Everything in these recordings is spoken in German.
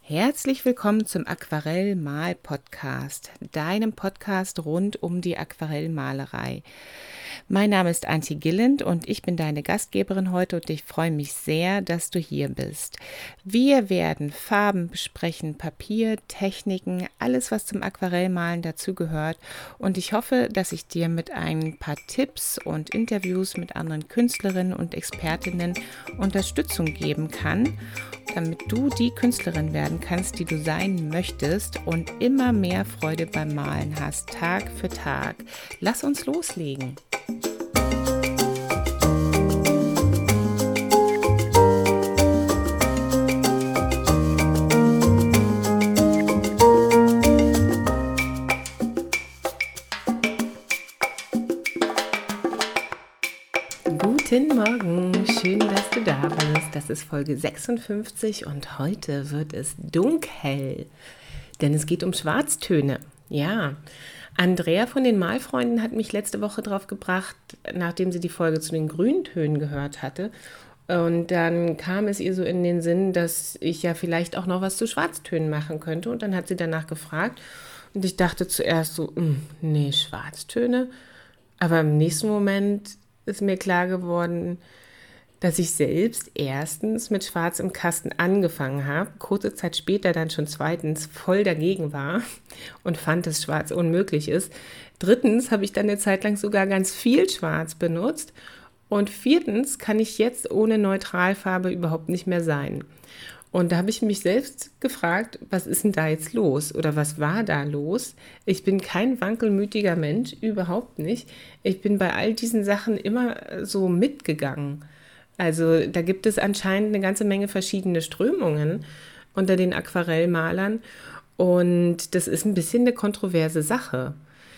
Herzlich willkommen zum Aquarell-Mal-Podcast, deinem Podcast rund um die Aquarellmalerei. Mein Name ist Antje Gilland und ich bin deine Gastgeberin heute und ich freue mich sehr, dass du hier bist. Wir werden Farben besprechen, Papier, Techniken, alles was zum Aquarellmalen dazugehört und ich hoffe, dass ich dir mit ein paar Tipps und Interviews mit anderen Künstlerinnen und Expertinnen Unterstützung geben kann, damit du die Künstlerin werden kannst, die du sein möchtest und immer mehr Freude beim Malen hast, Tag für Tag. Lass uns loslegen. Guten Morgen, schön, dass du da bist. Das ist Folge 56 und heute wird es dunkel, denn es geht um Schwarztöne. Ja, Andrea von den Malfreunden hat mich letzte Woche drauf gebracht, nachdem sie die Folge zu den Grüntönen gehört hatte. Und dann kam es ihr so in den Sinn, dass ich ja vielleicht auch noch was zu Schwarztönen machen könnte. Und dann hat sie danach gefragt und ich dachte zuerst so, nee, Schwarztöne. Aber im nächsten Moment ist mir klar geworden, dass ich selbst erstens mit Schwarz im Kasten angefangen habe, kurze Zeit später dann schon zweitens voll dagegen war und fand, dass Schwarz unmöglich ist. Drittens habe ich dann eine Zeit lang sogar ganz viel Schwarz benutzt und viertens kann ich jetzt ohne Neutralfarbe überhaupt nicht mehr sein. Und da habe ich mich selbst gefragt, was ist denn da jetzt los oder was war da los? Ich bin kein wankelmütiger Mensch, überhaupt nicht. Ich bin bei all diesen Sachen immer so mitgegangen. Also da gibt es anscheinend eine ganze Menge verschiedene Strömungen unter den Aquarellmalern und das ist ein bisschen eine kontroverse Sache.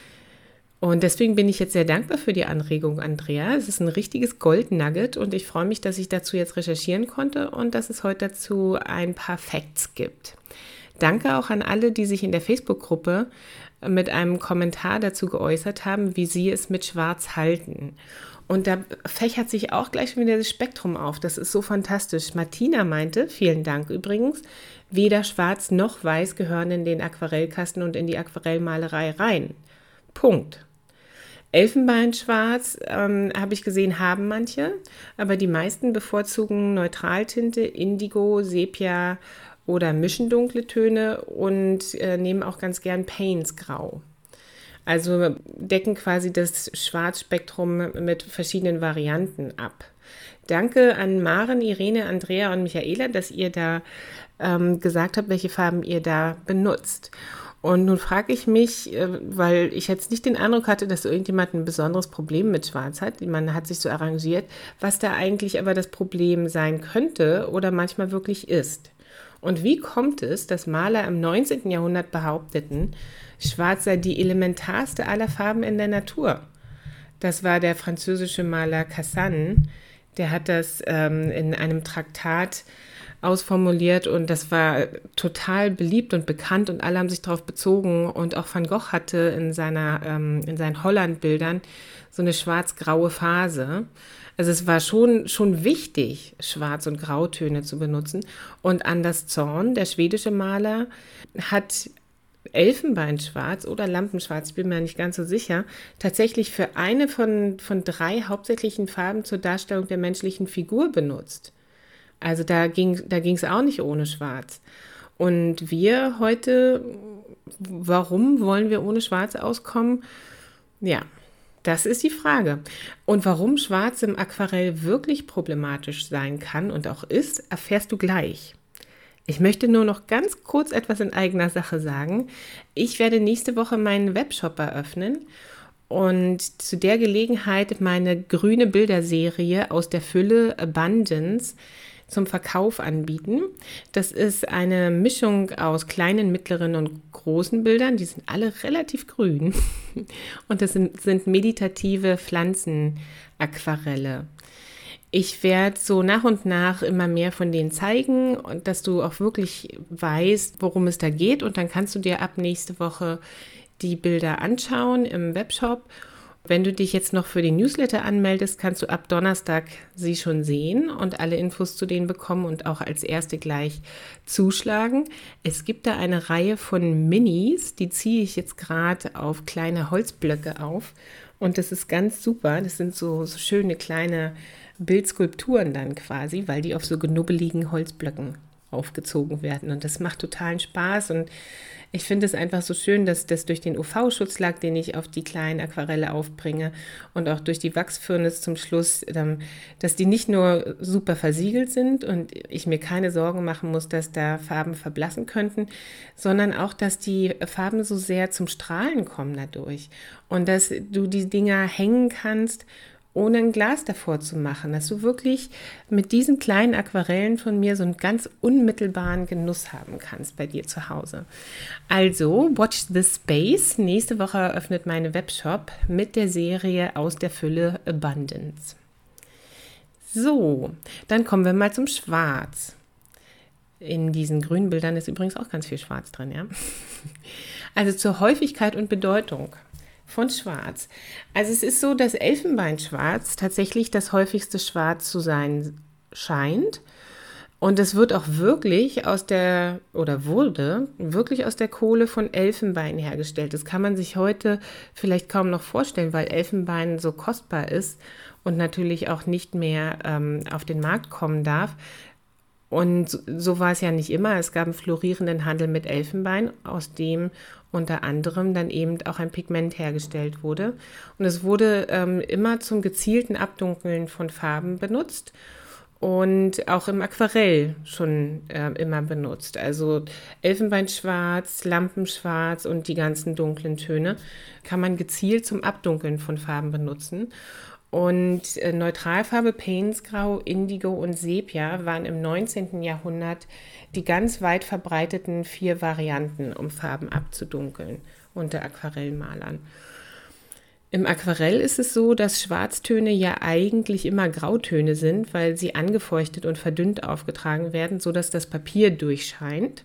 Und deswegen bin ich jetzt sehr dankbar für die Anregung, Andrea. Es ist ein richtiges Goldnugget und ich freue mich, dass ich dazu jetzt recherchieren konnte und dass es heute dazu ein paar Facts gibt. Danke auch an alle, die sich in der Facebook-Gruppe mit einem Kommentar dazu geäußert haben, wie sie es mit Schwarz halten. Und da fächert sich auch gleich wieder das Spektrum auf. Das ist so fantastisch. Martina meinte, vielen Dank übrigens, weder Schwarz noch Weiß gehören in den Aquarellkasten und in die Aquarellmalerei rein. Punkt. Elfenbeinschwarz, habe ich gesehen, haben manche, aber die meisten bevorzugen Neutraltinte, Indigo, Sepia oder mischen dunkle Töne und nehmen auch ganz gern Paynes-Grau. Also decken quasi das Schwarzspektrum mit verschiedenen Varianten ab. Danke an Maren, Irene, Andrea und Michaela, dass ihr da gesagt habt, welche Farben ihr da benutzt. Und nun frage ich mich, weil ich jetzt nicht den Eindruck hatte, dass irgendjemand ein besonderes Problem mit Schwarz hat, man hat sich so arrangiert, was da eigentlich aber das Problem sein könnte oder manchmal wirklich ist. Und wie kommt es, dass Maler im 19. Jahrhundert behaupteten, Schwarz sei die elementarste aller Farben in der Natur? Das war der französische Maler Cassagne, der hat das in einem Traktat ausformuliert und das war total beliebt und bekannt und alle haben sich darauf bezogen und auch Van Gogh hatte in seinen Holland-Bildern so eine schwarz-graue Phase. Also es war schon wichtig, Schwarz- und Grautöne zu benutzen und Anders Zorn, der schwedische Maler, hat Elfenbeinschwarz oder Lampenschwarz, ich bin mir nicht ganz so sicher, tatsächlich für eine von 3 hauptsächlichen Farben zur Darstellung der menschlichen Figur benutzt. Also da ging's auch nicht ohne Schwarz. Und wir heute, warum wollen wir ohne Schwarz auskommen? Ja, das ist die Frage. Und warum Schwarz im Aquarell wirklich problematisch sein kann und auch ist, erfährst du gleich. Ich möchte nur noch ganz kurz etwas in eigener Sache sagen. Ich werde nächste Woche meinen Webshop eröffnen und zu der Gelegenheit meine grüne Bilderserie aus der Fülle Abundance zum Verkauf anbieten. Das ist eine Mischung aus kleinen, mittleren und großen Bildern. Die sind alle relativ grün. Und das sind meditative Pflanzenaquarelle. Ich werde so nach und nach immer mehr von denen zeigen und dass du auch wirklich weißt, worum es da geht. Und dann kannst du dir ab nächste Woche die Bilder anschauen im Webshop Wenn du dich jetzt noch für den Newsletter anmeldest, kannst du ab Donnerstag sie schon sehen und alle Infos zu denen bekommen und auch als erste gleich zuschlagen. Es gibt da eine Reihe von Minis, die ziehe ich jetzt gerade auf kleine Holzblöcke auf und das ist ganz super. Das sind so schöne kleine Bildskulpturen dann quasi, weil die auf so knubbeligen Holzblöcken aufgezogen werden und das macht totalen Spaß und ich finde es einfach so schön, dass das durch den UV-Schutzlack, den ich auf die kleinen Aquarelle aufbringe und auch durch die Wachsfirnis zum Schluss, dass die nicht nur super versiegelt sind und ich mir keine Sorgen machen muss, dass da Farben verblassen könnten, sondern auch, dass die Farben so sehr zum Strahlen kommen dadurch und dass du die Dinger hängen kannst, ohne ein Glas davor zu machen, dass du wirklich mit diesen kleinen Aquarellen von mir so einen ganz unmittelbaren Genuss haben kannst bei dir zu Hause. Also, Watch this Space. Nächste Woche eröffnet meine Webshop mit der Serie Aus der Fülle Abundance. So, dann kommen wir mal zum Schwarz. In diesen grünen Bildern ist übrigens auch ganz viel Schwarz drin, ja. Also zur Häufigkeit und Bedeutung von Schwarz. Also es ist so, dass Elfenbeinschwarz tatsächlich das häufigste Schwarz zu sein scheint. Und es wird auch wirklich wurde wirklich aus der Kohle von Elfenbein hergestellt. Das kann man sich heute vielleicht kaum noch vorstellen, weil Elfenbein so kostbar ist und natürlich auch nicht mehr auf den Markt kommen darf. Und so war es ja nicht immer. Es gab einen florierenden Handel mit Elfenbein, aus dem unter anderem dann eben auch ein Pigment hergestellt wurde. Und es wurde immer zum gezielten Abdunkeln von Farben benutzt und auch im Aquarell schon immer benutzt. Also Elfenbeinschwarz, Lampenschwarz und die ganzen dunklen Töne kann man gezielt zum Abdunkeln von Farben benutzen. Und Neutralfarbe, Painsgrau, Indigo und Sepia waren im 19. Jahrhundert die ganz weit verbreiteten 4 Varianten, um Farben abzudunkeln unter Aquarellmalern. Im Aquarell ist es so, dass Schwarztöne ja eigentlich immer Grautöne sind, weil sie angefeuchtet und verdünnt aufgetragen werden, sodass das Papier durchscheint.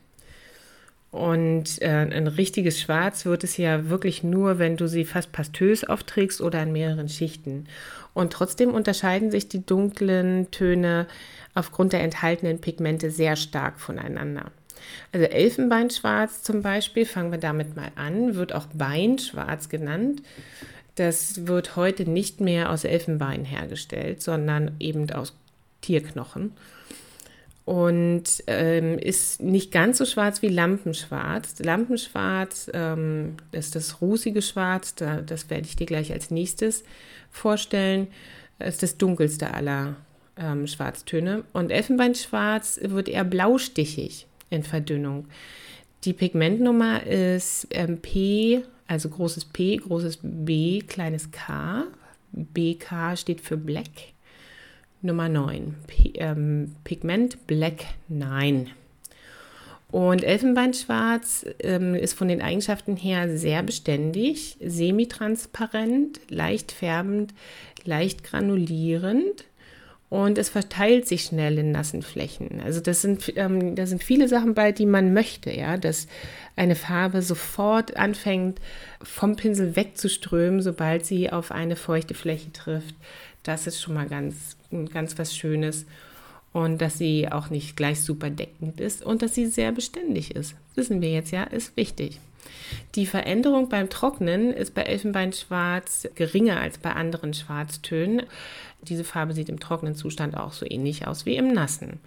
Und ein richtiges Schwarz wird es ja wirklich nur, wenn du sie fast pastös aufträgst oder in mehreren Schichten. Und trotzdem unterscheiden sich die dunklen Töne aufgrund der enthaltenen Pigmente sehr stark voneinander. Also Elfenbeinschwarz zum Beispiel, fangen wir damit mal an, wird auch Beinschwarz genannt. Das wird heute nicht mehr aus Elfenbein hergestellt, sondern eben aus Tierknochen. Und ist nicht ganz so schwarz wie Lampenschwarz. Lampenschwarz ist das rußige Schwarz, das werde ich dir gleich als nächstes vorstellen, ist das dunkelste aller Schwarztöne. Und Elfenbeinschwarz wird eher blaustichig in Verdünnung. Die Pigmentnummer ist P, also großes P, großes B, kleines K. BK steht für Black. Nummer 9, Pigment Black 9. Und Elfenbeinschwarz ist von den Eigenschaften her sehr beständig, semitransparent, leicht färbend, leicht granulierend und es verteilt sich schnell in nassen Flächen. Also da sind viele Sachen bei, die man möchte, ja, dass eine Farbe sofort anfängt, vom Pinsel wegzuströmen, sobald sie auf eine feuchte Fläche trifft. Das ist schon mal ganz was Schönes. Und dass sie auch nicht gleich super deckend ist und dass sie sehr beständig ist. Wissen wir jetzt ja, ist wichtig. Die Veränderung beim Trocknen ist bei Elfenbeinschwarz geringer als bei anderen Schwarztönen. Diese Farbe sieht im trockenen Zustand auch so ähnlich aus wie im nassen.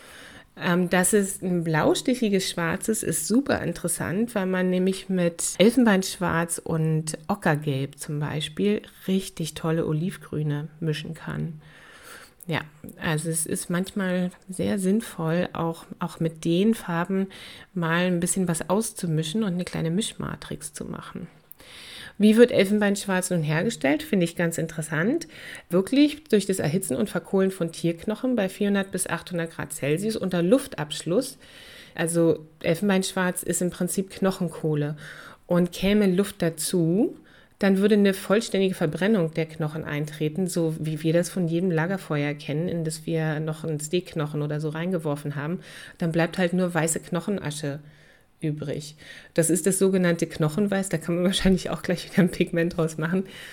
Dass es ein blaustichiges Schwarz ist super interessant, weil man nämlich mit Elfenbeinschwarz und Ockergelb zum Beispiel richtig tolle Olivgrüne mischen kann. Ja, also es ist manchmal sehr sinnvoll, auch mit den Farben mal ein bisschen was auszumischen und eine kleine Mischmatrix zu machen. Wie wird Elfenbeinschwarz nun hergestellt? Finde ich ganz interessant. Wirklich durch das Erhitzen und Verkohlen von Tierknochen bei 400 bis 800 Grad Celsius unter Luftabschluss. Also Elfenbeinschwarz ist im Prinzip Knochenkohle. Und käme Luft dazu, dann würde eine vollständige Verbrennung der Knochen eintreten, so wie wir das von jedem Lagerfeuer kennen, in das wir noch einen Steakknochen oder so reingeworfen haben. Dann bleibt halt nur weiße Knochenasche übrig. Das ist das sogenannte Knochenweiß, da kann man wahrscheinlich auch gleich wieder ein Pigment draus machen.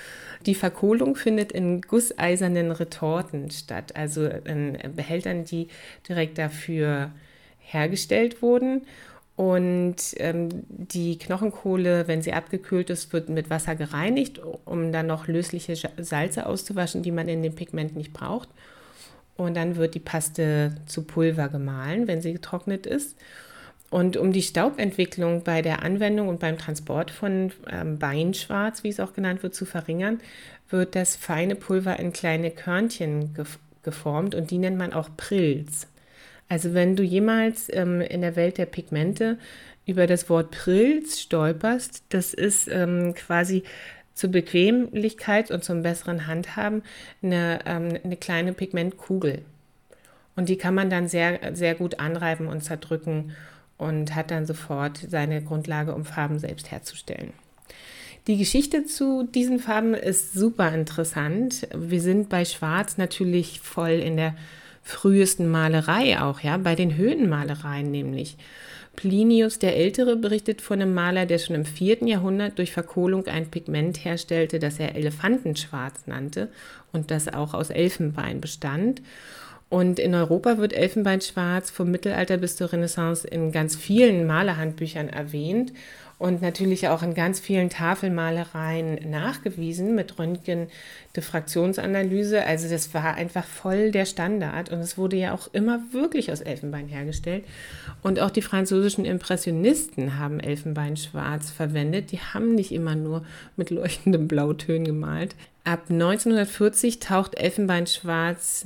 Die Verkohlung findet in gusseisernen Retorten statt, also in Behältern, die direkt dafür hergestellt wurden. Und die Knochenkohle, wenn sie abgekühlt ist, wird mit Wasser gereinigt, um dann noch lösliche Salze auszuwaschen, die man in dem Pigment nicht braucht. Und dann wird die Paste zu Pulver gemahlen, wenn sie getrocknet ist. Und um die Staubentwicklung bei der Anwendung und beim Transport von Beinschwarz, wie es auch genannt wird, zu verringern, wird das feine Pulver in kleine Körnchen geformt und die nennt man auch Prills. Also wenn du jemals in der Welt der Pigmente über das Wort Prills stolperst, das ist quasi zur Bequemlichkeit und zum besseren Handhaben eine kleine Pigmentkugel. Und die kann man dann sehr, sehr gut anreiben und zerdrücken und hat dann sofort seine Grundlage, um Farben selbst herzustellen. Die Geschichte zu diesen Farben ist super interessant. Wir sind bei Schwarz natürlich voll in der frühesten Malerei auch, ja, bei den Höhlenmalereien nämlich. Plinius der Ältere berichtet von einem Maler, der schon im 4. Jahrhundert durch Verkohlung ein Pigment herstellte, das er Elefantenschwarz nannte und das auch aus Elfenbein bestand. Und in Europa wird Elfenbeinschwarz vom Mittelalter bis zur Renaissance in ganz vielen Malerhandbüchern erwähnt und natürlich auch in ganz vielen Tafelmalereien nachgewiesen mit Röntgen-Diffraktionsanalyse. Also das war einfach voll der Standard und es wurde ja auch immer wirklich aus Elfenbein hergestellt. Und auch die französischen Impressionisten haben Elfenbeinschwarz verwendet. Die haben nicht immer nur mit leuchtenden Blautönen gemalt. Ab 1940 taucht Elfenbeinschwarz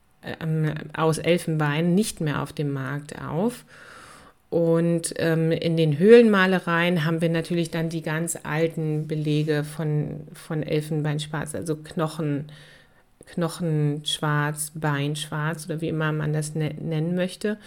aus Elfenbein nicht mehr auf dem Markt auf. Und in den Höhlenmalereien haben wir natürlich dann die ganz alten Belege von Elfenbeinschwarz, also Knochenschwarz, Beinschwarz oder wie immer man das nennen möchte.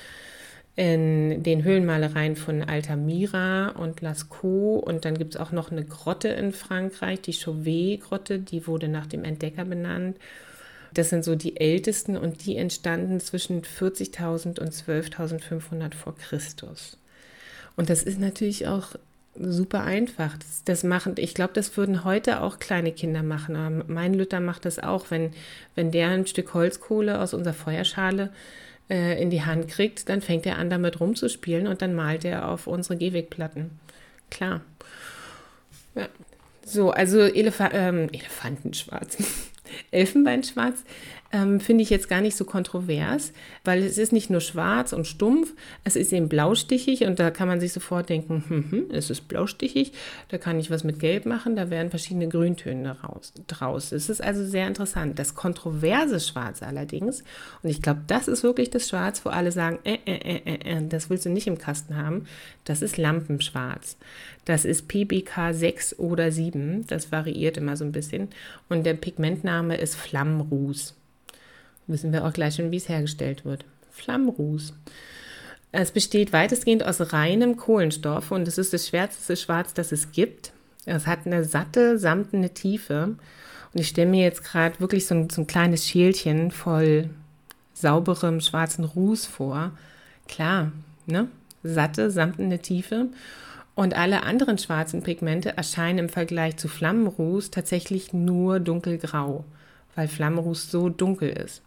In den Höhlenmalereien von Altamira und Lascaux und dann gibt es auch noch eine Grotte in Frankreich, die Chauvet-Grotte, die wurde nach dem Entdecker benannt. Das sind so die ältesten und die entstanden zwischen 40.000 und 12.500 vor Christus. Und das ist natürlich auch super einfach. Ich glaube, das würden heute auch kleine Kinder machen. Aber mein Lütter macht das auch, wenn der ein Stück Holzkohle aus unserer Feuerschale in die Hand kriegt, dann fängt er an, damit rumzuspielen und dann malt er auf unsere Gehwegplatten. Klar. Ja. So, also Elefantenschwarz. Elfenbeinschwarz finde ich jetzt gar nicht so kontrovers, weil es ist nicht nur schwarz und stumpf, es ist eben blaustichig und da kann man sich sofort denken, es ist blaustichig, da kann ich was mit Gelb machen, da werden verschiedene Grüntöne draus. Es ist also sehr interessant. Das kontroverse Schwarz allerdings, und ich glaube, das ist wirklich das Schwarz, wo alle sagen, das willst du nicht im Kasten haben, das ist Lampenschwarz. Das ist PBK 6 oder 7, das variiert immer so ein bisschen und der Pigmentname ist Flammruß. Wissen wir auch gleich schon, wie es hergestellt wird. Flammruß. Es besteht weitestgehend aus reinem Kohlenstoff und es ist das schwärzeste Schwarz, das es gibt. Es hat eine satte, samtene Tiefe und ich stelle mir jetzt gerade wirklich so ein kleines Schälchen voll sauberem schwarzen Ruß vor. Klar, ne? Satte, samtene Tiefe. Und alle anderen schwarzen Pigmente erscheinen im Vergleich zu Flammenruß tatsächlich nur dunkelgrau, weil Flammenruß so dunkel ist.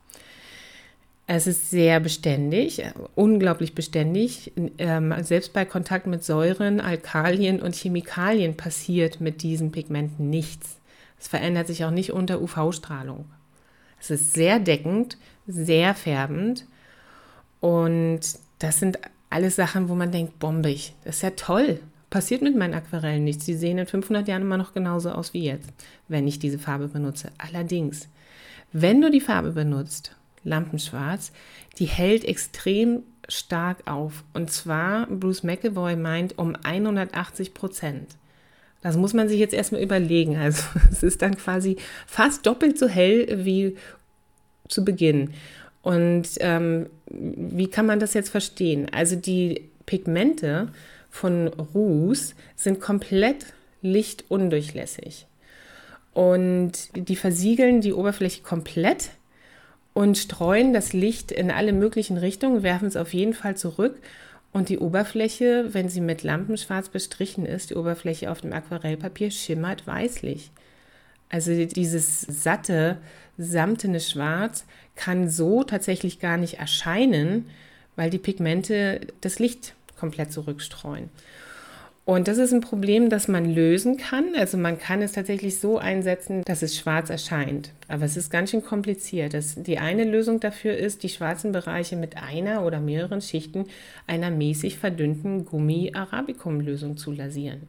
Es ist sehr beständig, unglaublich beständig. Selbst bei Kontakt mit Säuren, Alkalien und Chemikalien passiert mit diesen Pigmenten nichts. Es verändert sich auch nicht unter UV-Strahlung. Es ist sehr deckend, sehr färbend und das sind alles Sachen, wo man denkt, bombig, das ist ja toll. Passiert mit meinen Aquarellen nichts. Sie sehen in 500 Jahren immer noch genauso aus wie jetzt, wenn ich diese Farbe benutze. Allerdings, wenn du die Farbe benutzt, Lampenschwarz, die hält extrem stark auf. Und zwar, Bruce McAvoy meint, um 180%. Das muss man sich jetzt erstmal überlegen. Also es ist dann quasi fast doppelt so hell wie zu Beginn. Und wie kann man das jetzt verstehen? Also die Pigmente von Ruß sind komplett lichtundurchlässig. Und die versiegeln die Oberfläche komplett und streuen das Licht in alle möglichen Richtungen, werfen es auf jeden Fall zurück. Und die Oberfläche, wenn sie mit Lampenschwarz bestrichen ist, die Oberfläche auf dem Aquarellpapier schimmert weißlich. Also dieses satte, samtene Schwarz kann so tatsächlich gar nicht erscheinen, weil die Pigmente das Licht komplett zurückstreuen. Und das ist ein Problem, das man lösen kann. Also man kann es tatsächlich so einsetzen, dass es schwarz erscheint. Aber es ist ganz schön kompliziert. Die eine Lösung dafür ist, die schwarzen Bereiche mit einer oder mehreren Schichten einer mäßig verdünnten Gummi-Arabicum-Lösung zu lasieren.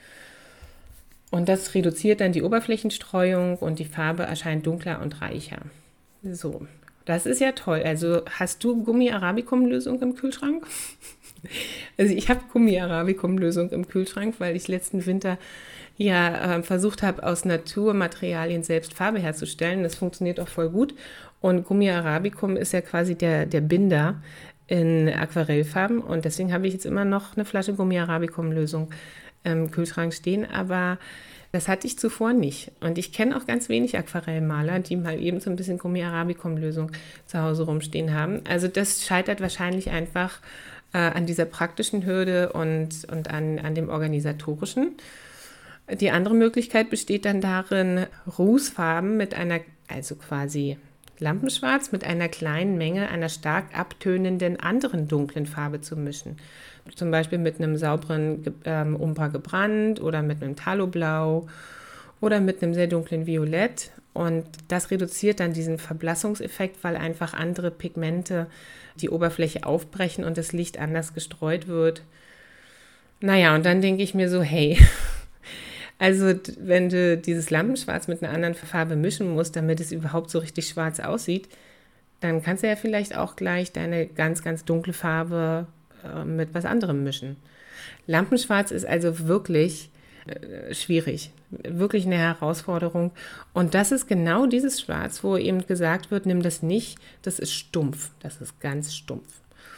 Und das reduziert dann die Oberflächenstreuung und die Farbe erscheint dunkler und reicher. So, das ist ja toll. Also hast du Gummi-Arabicum-Lösung im Kühlschrank? Also ich habe Gummi-Arabicum-Lösung im Kühlschrank, weil ich letzten Winter versucht habe, aus Naturmaterialien selbst Farbe herzustellen. Das funktioniert auch voll gut. Und Gummi-Arabicum ist ja quasi der Binder in Aquarellfarben. Und deswegen habe ich jetzt immer noch eine Flasche Gummi-Arabicum-Lösung im Kühlschrank stehen. Aber das hatte ich zuvor nicht. Und ich kenne auch ganz wenig Aquarellmaler, die mal eben so ein bisschen Gummi-Arabicum-Lösung zu Hause rumstehen haben. Also das scheitert wahrscheinlich einfach an dieser praktischen Hürde und an dem organisatorischen. Die andere Möglichkeit besteht dann darin, Rußfarben also quasi Lampenschwarz mit einer kleinen Menge einer stark abtönenden anderen dunklen Farbe zu mischen. Zum Beispiel mit einem sauberen Umbra gebrannt oder mit einem Taloblau oder mit einem sehr dunklen Violett. Und das reduziert dann diesen Verblassungseffekt, weil einfach andere Pigmente die Oberfläche aufbrechen und das Licht anders gestreut wird. Naja, und dann denke ich mir so, hey, also wenn du dieses Lampenschwarz mit einer anderen Farbe mischen musst, damit es überhaupt so richtig schwarz aussieht, dann kannst du ja vielleicht auch gleich deine ganz, ganz dunkle Farbe mit was anderem mischen. Lampenschwarz ist also wirklich schwierig, wirklich eine Herausforderung. Und das ist genau dieses Schwarz, wo eben gesagt wird, nimm das nicht, das ist stumpf, das ist ganz stumpf.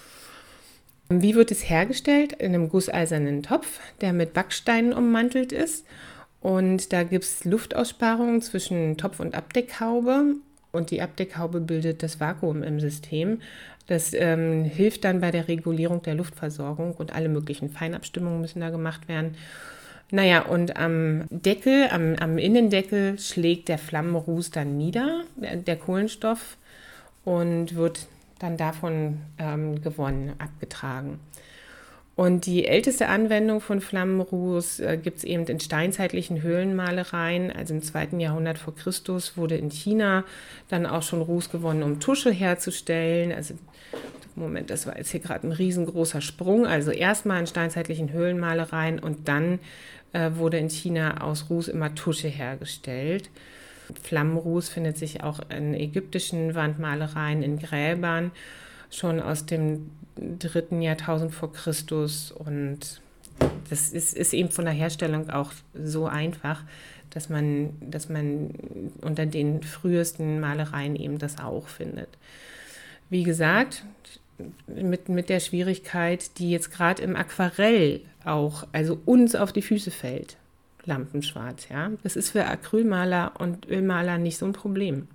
Wie wird es hergestellt? In einem gusseisernen Topf, der mit Backsteinen ummantelt ist. Und da gibt es Luftaussparungen zwischen Topf und Abdeckhaube. Und die Abdeckhaube bildet das Vakuum im System. Das hilft dann bei der Regulierung der Luftversorgung und alle möglichen Feinabstimmungen müssen da gemacht werden. Naja, und am Deckel, am Innendeckel schlägt der Flammenruß dann nieder, der Kohlenstoff, und wird dann davon gewonnen, abgetragen. Und die älteste Anwendung von Flammenruß gibt es eben in steinzeitlichen Höhlenmalereien. Also im 2. Jahrhundert vor Christus wurde in China dann auch schon Ruß gewonnen, um Tusche herzustellen. Also Moment, das war jetzt hier gerade ein riesengroßer Sprung. Also erstmal in steinzeitlichen Höhlenmalereien und dann wurde in China aus Ruß immer Tusche hergestellt. Flammenruß findet sich auch in ägyptischen Wandmalereien, in Gräbern, schon aus dem 3. Jahrtausend vor Christus. Und das ist eben von der Herstellung auch so einfach, dass man unter den frühesten Malereien eben das auch findet. Wie gesagt, mit der Schwierigkeit, die jetzt gerade im Aquarell auch, also uns auf die Füße fällt, Lampenschwarz, ja. Das ist für Acrylmaler und Ölmaler nicht so ein Problem.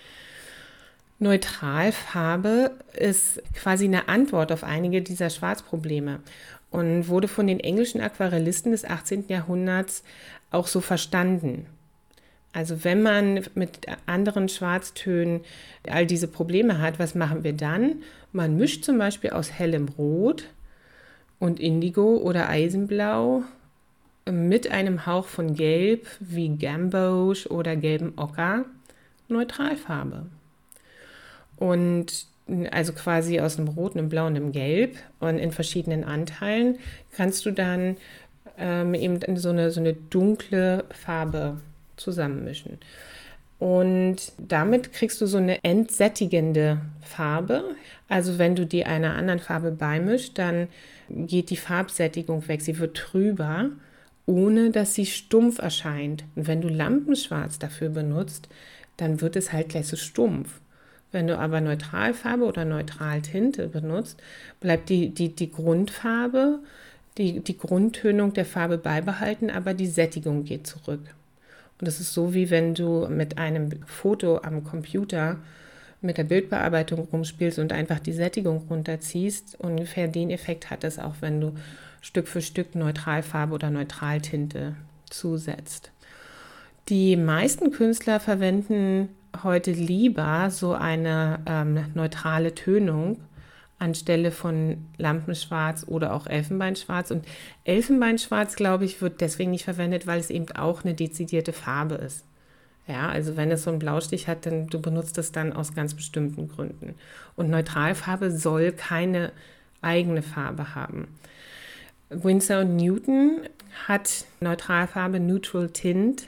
Neutralfarbe ist quasi eine Antwort auf einige dieser Schwarzprobleme und wurde von den englischen Aquarellisten des 18. Jahrhunderts auch so verstanden. Also wenn man mit anderen Schwarztönen all diese Probleme hat, was machen wir dann? Man mischt zum Beispiel aus hellem Rot und Indigo oder Eisenblau mit einem Hauch von Gelb wie Gamboge oder gelbem Ocker Neutralfarbe. Und also quasi aus einem Rot, einem Blau und einem Gelb und in verschiedenen Anteilen kannst du dann eben so eine dunkle Farbe zusammenmischen. Und damit kriegst du so eine entsättigende Farbe. Also wenn du die einer anderen Farbe beimischst, dann geht die Farbsättigung weg. Sie wird trüber, ohne dass sie stumpf erscheint. Und wenn du Lampenschwarz dafür benutzt, dann wird es halt gleich so stumpf. Wenn du aber Neutralfarbe oder Neutraltinte benutzt, bleibt die Grundfarbe, die Grundtönung der Farbe beibehalten, aber die Sättigung geht zurück. Und das ist so, wie wenn du mit einem Foto am Computer mit der Bildbearbeitung rumspielst und einfach die Sättigung runterziehst. Ungefähr den Effekt hat es auch, wenn du Stück für Stück Neutralfarbe oder Neutraltinte zusetzt. Die meisten Künstler verwenden heute lieber so eine neutrale Tönung anstelle von Lampenschwarz oder auch Elfenbeinschwarz. Und Elfenbeinschwarz, glaube ich, wird deswegen nicht verwendet, weil es eben auch eine dezidierte Farbe ist. Ja, also wenn es so einen Blaustich hat, dann du benutzt es dann aus ganz bestimmten Gründen. Und Neutralfarbe soll keine eigene Farbe haben. Winsor & Newton hat Neutralfarbe Neutral Tint.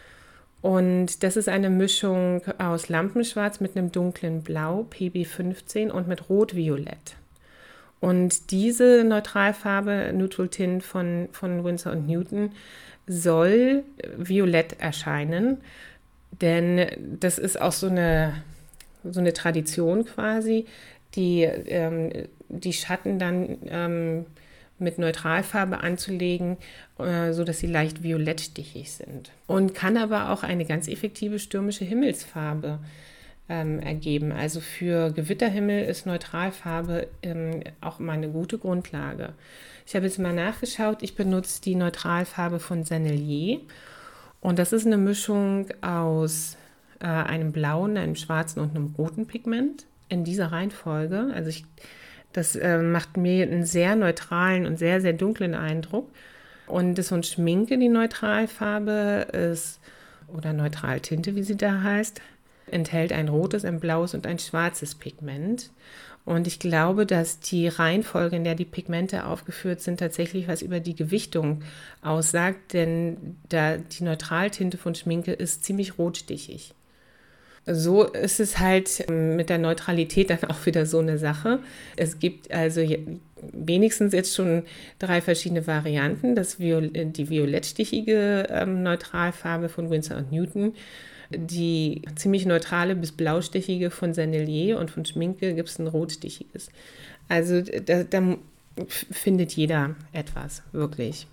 Und das ist eine Mischung aus Lampenschwarz mit einem dunklen Blau, PB15 und mit Rot-Violett. Und diese Neutralfarbe Neutral Tint von Winsor & Newton soll violett erscheinen, denn das ist auch so eine Tradition quasi, die Schatten dann mit Neutralfarbe anzulegen, sodass sie leicht violettstichig sind. Und kann aber auch eine ganz effektive stürmische Himmelsfarbe ergeben. Also für Gewitterhimmel ist Neutralfarbe auch mal eine gute Grundlage. Ich habe jetzt mal nachgeschaut, ich benutze die Neutralfarbe von Sennelier und das ist eine Mischung aus einem blauen, einem schwarzen und einem roten Pigment in dieser Reihenfolge. Also das macht mir einen sehr neutralen und sehr, sehr dunklen Eindruck. Und das von Schminke, die Neutralfarbe ist, oder Neutraltinte, wie sie da heißt, enthält ein rotes, ein blaues und ein schwarzes Pigment. Und ich glaube, dass die Reihenfolge, in der die Pigmente aufgeführt sind, tatsächlich was über die Gewichtung aussagt, denn die Neutraltinte von Schminke ist ziemlich rotstichig. So ist es halt mit der Neutralität dann auch wieder so eine Sache. Es gibt also wenigstens jetzt schon 3 verschiedene Varianten. Die violettstichige Neutralfarbe von Winsor & Newton, die ziemlich neutrale bis blaustichige von Sennelier und von Schminke gibt es ein rotstichiges. Also da findet jeder etwas, wirklich.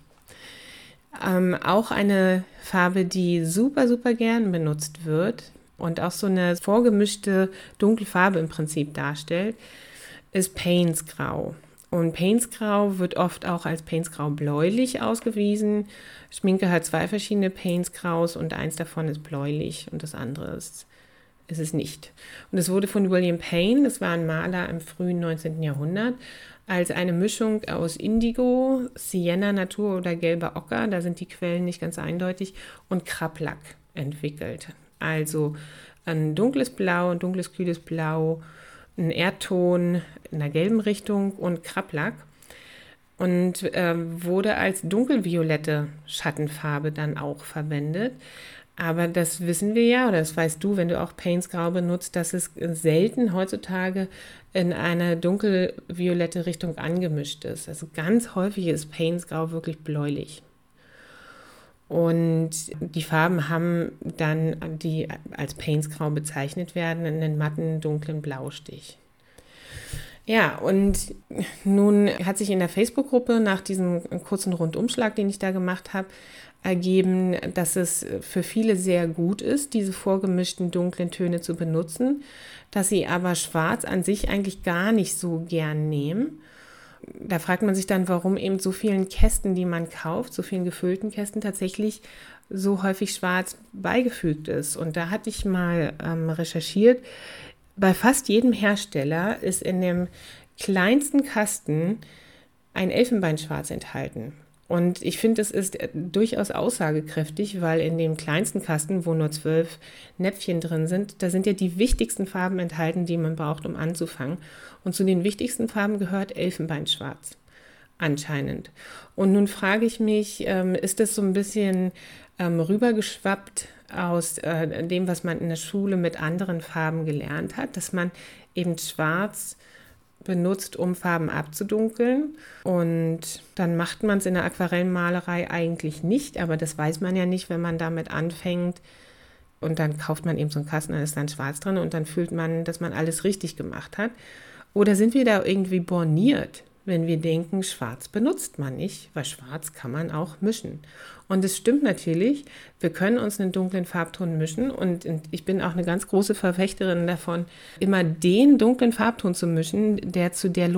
Auch eine Farbe, die super, super gern benutzt wird, und auch so eine vorgemischte dunkle Farbe im Prinzip darstellt, ist Paynesgrau. Und Paynesgrau wird oft auch als Paynesgrau bläulich ausgewiesen. Schminke hat 2 verschiedene Paynesgraus und eins davon ist bläulich und das andere ist es nicht. Und es wurde von William Payne, das war ein Maler im frühen 19. Jahrhundert, als eine Mischung aus Indigo, Sienna Natur oder gelber Ocker, da sind die Quellen nicht ganz eindeutig, und Krablack entwickelt. Also ein dunkles Blau, ein dunkles, kühles Blau, ein Erdton in der gelben Richtung und Krablack und wurde als dunkelviolette Schattenfarbe dann auch verwendet. Aber das wissen wir ja, oder das weißt du, wenn du auch Paynesgrau benutzt, dass es selten heutzutage in eine dunkelviolette Richtung angemischt ist. Also ganz häufig ist Paynesgrau wirklich bläulich. Und die Farben haben dann, die als Paynesgrau bezeichnet werden, einen matten, dunklen Blaustich. Ja, und nun hat sich in der Facebook-Gruppe nach diesem kurzen Rundumschlag, den ich da gemacht habe, ergeben, dass es für viele sehr gut ist, diese vorgemischten dunklen Töne zu benutzen, dass sie aber Schwarz an sich eigentlich gar nicht so gern nehmen. Da fragt man sich dann, warum eben so vielen Kästen, die man kauft, so vielen gefüllten Kästen tatsächlich so häufig schwarz beigefügt ist. Und da hatte ich mal recherchiert, bei fast jedem Hersteller ist in dem kleinsten Kasten ein Elfenbeinschwarz enthalten. Und ich finde, es ist durchaus aussagekräftig, weil in dem kleinsten Kasten, wo nur 12 Näpfchen drin sind, da sind ja die wichtigsten Farben enthalten, die man braucht, um anzufangen. Und zu den wichtigsten Farben gehört Elfenbeinschwarz, anscheinend. Und nun frage ich mich, ist das so ein bisschen rübergeschwappt aus dem, was man in der Schule mit anderen Farben gelernt hat, dass man eben Schwarz benutzt, um Farben abzudunkeln, und dann macht man es in der Aquarellmalerei eigentlich nicht, aber das weiß man ja nicht, wenn man damit anfängt, und dann kauft man eben so einen Kasten, dann ist dann schwarz drin und dann fühlt man, dass man alles richtig gemacht hat. Oder sind wir da irgendwie borniert, wenn wir denken, schwarz benutzt man nicht, weil schwarz kann man auch mischen. Und es stimmt natürlich, wir können uns einen dunklen Farbton mischen, und ich bin auch eine ganz große Verfechterin davon, immer den dunklen Farbton zu mischen, der zu der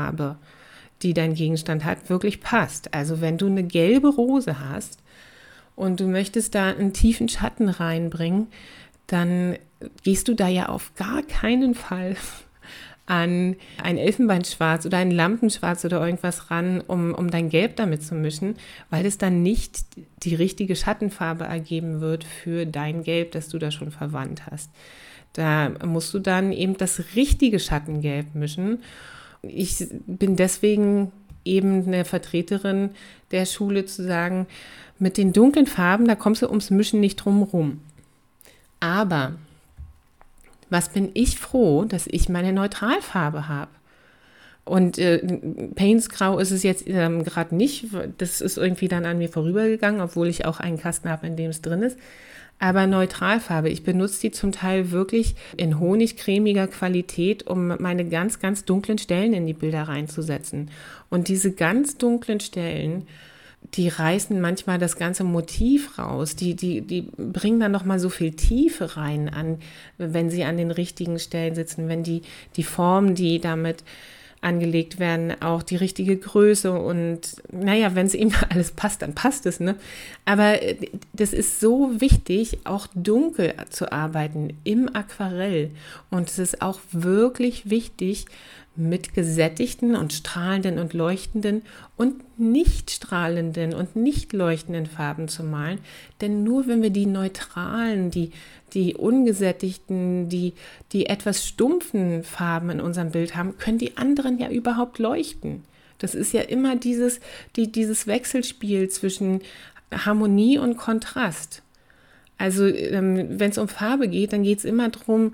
Lokalfarbe, die dein Gegenstand hat, wirklich passt. Also wenn du eine gelbe Rose hast und du möchtest da einen tiefen Schatten reinbringen, dann gehst du da ja auf gar keinen Fall an ein Elfenbeinschwarz oder ein Lampenschwarz oder irgendwas ran, um dein Gelb damit zu mischen, weil es dann nicht die richtige Schattenfarbe ergeben wird für dein Gelb, das du da schon verwandt hast. Da musst du dann eben das richtige Schattengelb mischen. Ich bin deswegen eben eine Vertreterin der Schule zu sagen, mit den dunklen Farben, da kommst du ums Mischen nicht drum rum. Aber was bin ich froh, dass ich meine Neutralfarbe habe. Und Paynes-Grau ist es jetzt gerade nicht. Das ist irgendwie dann an mir vorübergegangen, obwohl ich auch einen Kasten habe, in dem es drin ist. Aber Neutralfarbe, ich benutze die zum Teil wirklich in honigcremiger Qualität, um meine ganz, ganz dunklen Stellen in die Bilder reinzusetzen. Und diese ganz dunklen Stellen, die reißen manchmal das ganze Motiv raus. Die bringen dann nochmal so viel Tiefe rein, wenn sie an den richtigen Stellen sitzen, wenn die Formen, die damit angelegt werden, auch die richtige Größe und naja, wenn es eben alles passt, dann passt es, ne? Aber das ist so wichtig, auch dunkel zu arbeiten im Aquarell und es ist auch wirklich wichtig, mit gesättigten und strahlenden und leuchtenden und nicht strahlenden und nicht leuchtenden Farben zu malen. Denn nur wenn wir die neutralen, die ungesättigten, die etwas stumpfen Farben in unserem Bild haben, können die anderen ja überhaupt leuchten. Das ist ja immer dieses Wechselspiel zwischen Harmonie und Kontrast. Also wenn es um Farbe geht, dann geht es immer darum,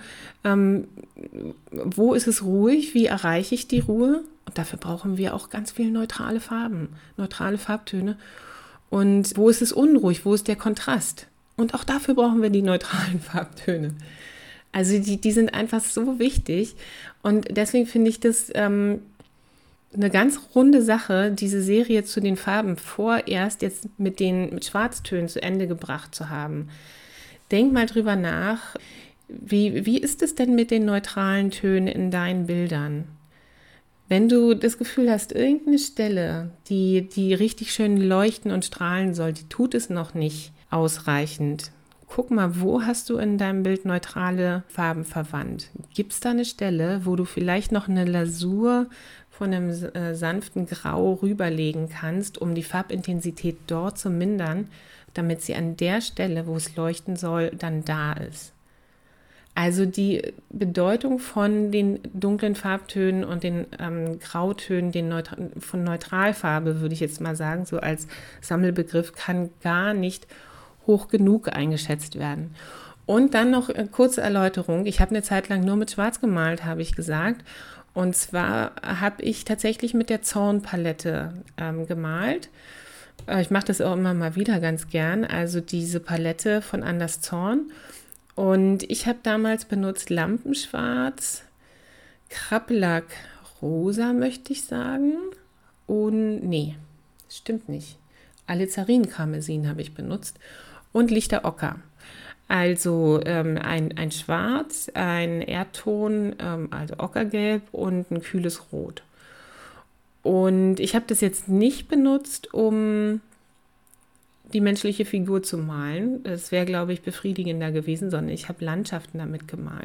wo ist es ruhig, wie erreiche ich die Ruhe? Und dafür brauchen wir auch ganz viele neutrale Farben, neutrale Farbtöne. Und wo ist es unruhig, wo ist der Kontrast? Und auch dafür brauchen wir die neutralen Farbtöne. Also die sind einfach so wichtig. Und deswegen finde ich das eine ganz runde Sache, diese Serie zu den Farben vorerst jetzt mit Schwarztönen zu Ende gebracht zu haben. Denk mal drüber nach, wie ist es denn mit den neutralen Tönen in deinen Bildern? Wenn du das Gefühl hast, irgendeine Stelle, die richtig schön leuchten und strahlen soll, die tut es noch nicht ausreichend. Guck mal, wo hast du in deinem Bild neutrale Farben verwandt? Gibt es da eine Stelle, wo du vielleicht noch eine Lasur von einem sanften Grau rüberlegen kannst, um die Farbintensität dort zu mindern, damit sie an der Stelle, wo es leuchten soll, dann da ist? Also die Bedeutung von den dunklen Farbtönen und den Grautönen von Neutralfarbe, würde ich jetzt mal sagen, so als Sammelbegriff, kann gar nicht hoch genug eingeschätzt werden. Und dann noch eine kurze Erläuterung. Ich habe eine Zeit lang nur mit Schwarz gemalt, habe ich gesagt. Und zwar habe ich tatsächlich mit der Zorn-Palette gemalt. Ich mache das auch immer mal wieder ganz gern. Also diese Palette von Anders Zorn. Und ich habe damals benutzt Lampenschwarz, Krabbellack rosa, möchte ich sagen. Und nee, stimmt nicht. Alizarin-Karmesin habe ich benutzt. Und Lichter Ocker. Also ein Schwarz, ein Erdton, also Ockergelb und ein kühles Rot. Und ich habe das jetzt nicht benutzt, um die menschliche Figur zu malen. Das wäre, glaube ich, befriedigender gewesen, sondern ich habe Landschaften damit gemalt.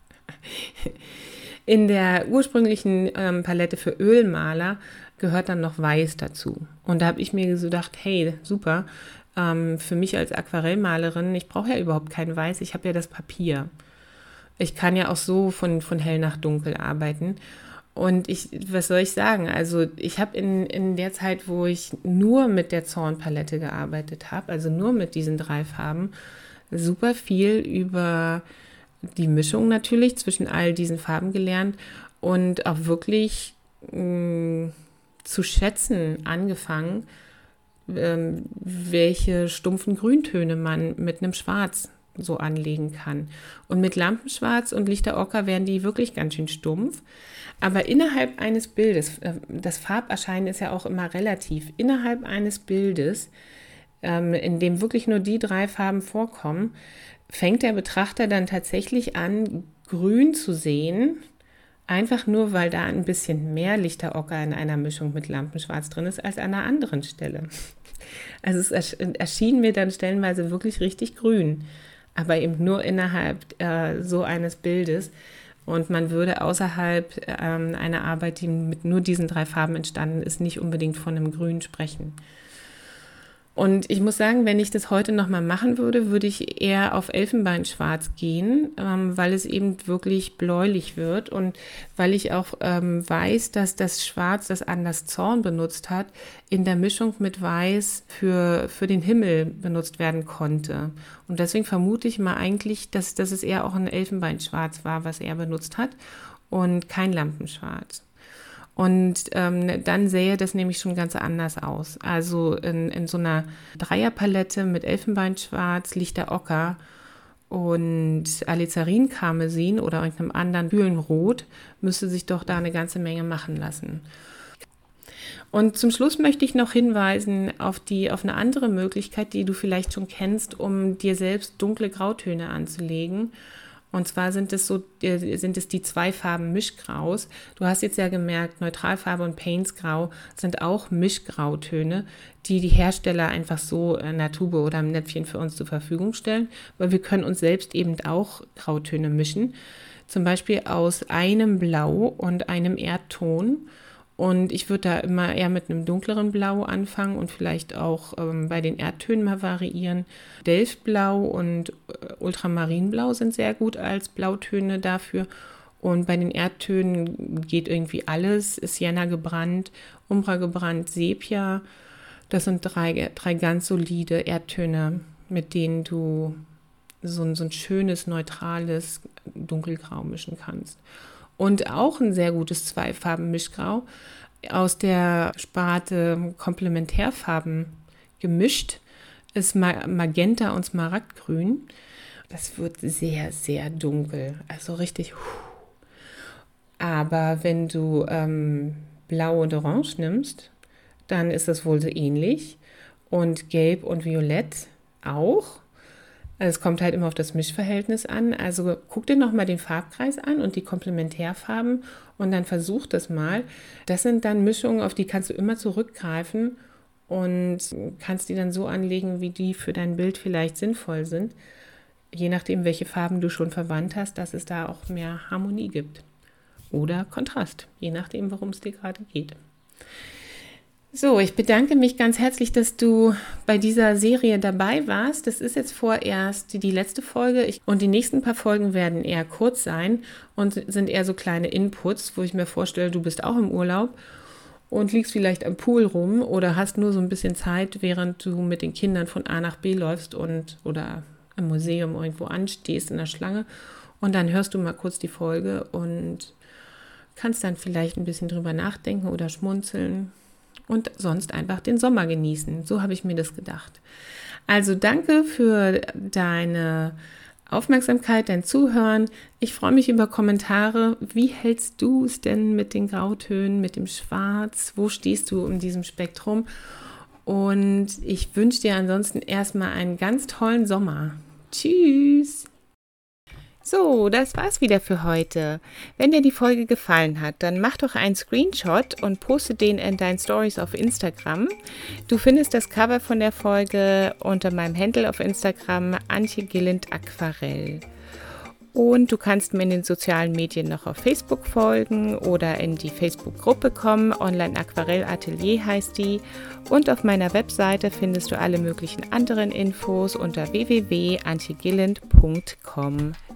In der ursprünglichen Palette für Ölmaler gehört dann noch Weiß dazu. Und da habe ich mir so gedacht, hey, super, für mich als Aquarellmalerin, ich brauche ja überhaupt kein Weiß, ich habe ja das Papier. Ich kann ja auch so von hell nach dunkel arbeiten. Und was soll ich sagen? Also ich habe in der Zeit, wo ich nur mit der Zornpalette gearbeitet habe, also nur mit diesen 3 Farben, super viel über die Mischung natürlich zwischen all diesen Farben gelernt und auch wirklich zu schätzen angefangen, welche stumpfen Grüntöne man mit einem Schwarz so anlegen kann. Und mit Lampenschwarz und Lichter Ocker werden die wirklich ganz schön stumpf. Aber innerhalb eines Bildes, das Farberscheinen ist ja auch immer relativ, innerhalb eines Bildes, in dem wirklich nur die 3 Farben vorkommen, fängt der Betrachter dann tatsächlich an, grün zu sehen Einfach nur, weil da ein bisschen mehr lichter Ocker in einer Mischung mit Lampenschwarz drin ist als an einer anderen Stelle. Also es erschien mir dann stellenweise wirklich richtig grün, aber eben nur innerhalb so eines Bildes. Und man würde außerhalb einer Arbeit, die mit nur diesen 3 Farben entstanden ist, nicht unbedingt von einem Grün sprechen. Und ich muss sagen, wenn ich das heute nochmal machen würde, würde ich eher auf Elfenbeinschwarz gehen, weil es eben wirklich bläulich wird und weil ich auch weiß, dass das Schwarz, das Anders Zorn benutzt hat, in der Mischung mit Weiß für den Himmel benutzt werden konnte. Und deswegen vermute ich mal eigentlich, dass es eher auch ein Elfenbeinschwarz war, was er benutzt hat und kein Lampenschwarz. Und dann sähe das nämlich schon ganz anders aus. Also in so einer Dreierpalette mit Elfenbeinschwarz, lichter Ocker und Alizarin-Karmesin oder irgendeinem anderen kühlen Rot müsste sich doch da eine ganze Menge machen lassen. Und zum Schluss möchte ich noch hinweisen auf eine andere Möglichkeit, die du vielleicht schon kennst, um dir selbst dunkle Grautöne anzulegen. Und zwar sind es die 2 Farben Mischgraus. Du hast jetzt ja gemerkt, Neutralfarbe und Painsgrau sind auch Mischgrautöne, die Hersteller einfach so in der Tube oder im Näpfchen für uns zur Verfügung stellen, weil wir können uns selbst eben auch Grautöne mischen. Zum Beispiel aus einem Blau und einem Erdton. Und ich würde da immer eher mit einem dunkleren Blau anfangen und vielleicht auch bei den Erdtönen mal variieren. Delftblau und Ultramarinblau sind sehr gut als Blautöne dafür. Und bei den Erdtönen geht irgendwie alles. Sienna gebrannt, Umbra gebrannt, Sepia. Das sind drei ganz solide Erdtöne, mit denen du so ein schönes, neutrales Dunkelgrau mischen kannst. Und auch ein sehr gutes 2-Farben-Mischgrau aus der Sparte Komplementärfarben gemischt ist Magenta und Smaragdgrün. Das wird sehr, sehr dunkel, also richtig. Aber wenn du Blau und Orange nimmst, dann ist das wohl so ähnlich. Und Gelb und Violett auch. Also es kommt halt immer auf das Mischverhältnis an. Also guck dir nochmal den Farbkreis an und die Komplementärfarben und dann versuch das mal. Das sind dann Mischungen, auf die kannst du immer zurückgreifen und kannst die dann so anlegen, wie die für dein Bild vielleicht sinnvoll sind. Je nachdem, welche Farben du schon verwandt hast, dass es da auch mehr Harmonie gibt. Oder Kontrast, je nachdem, worum es dir gerade geht. So, ich bedanke mich ganz herzlich, dass du bei dieser Serie dabei warst. Das ist jetzt vorerst die letzte Folge und die nächsten paar Folgen werden eher kurz sein und sind eher so kleine Inputs, wo ich mir vorstelle, du bist auch im Urlaub und liegst vielleicht am Pool rum oder hast nur so ein bisschen Zeit, während du mit den Kindern von A nach B läufst oder im Museum irgendwo anstehst in der Schlange und dann hörst du mal kurz die Folge und kannst dann vielleicht ein bisschen drüber nachdenken oder schmunzeln. Und sonst einfach den Sommer genießen. So habe ich mir das gedacht. Also danke für deine Aufmerksamkeit, dein Zuhören. Ich freue mich über Kommentare. Wie hältst du es denn mit den Grautönen, mit dem Schwarz? Wo stehst du in diesem Spektrum? Und ich wünsche dir ansonsten erstmal einen ganz tollen Sommer. Tschüss! So, das war's wieder für heute. Wenn dir die Folge gefallen hat, dann mach doch einen Screenshot und poste den in deinen Stories auf Instagram. Du findest das Cover von der Folge unter meinem Handle auf Instagram, Antje Gilland Aquarell. Und du kannst mir in den sozialen Medien noch auf Facebook folgen oder in die Facebook-Gruppe kommen. Online Aquarell Atelier heißt die. Und auf meiner Webseite findest du alle möglichen anderen Infos unter www.antjegilland.com.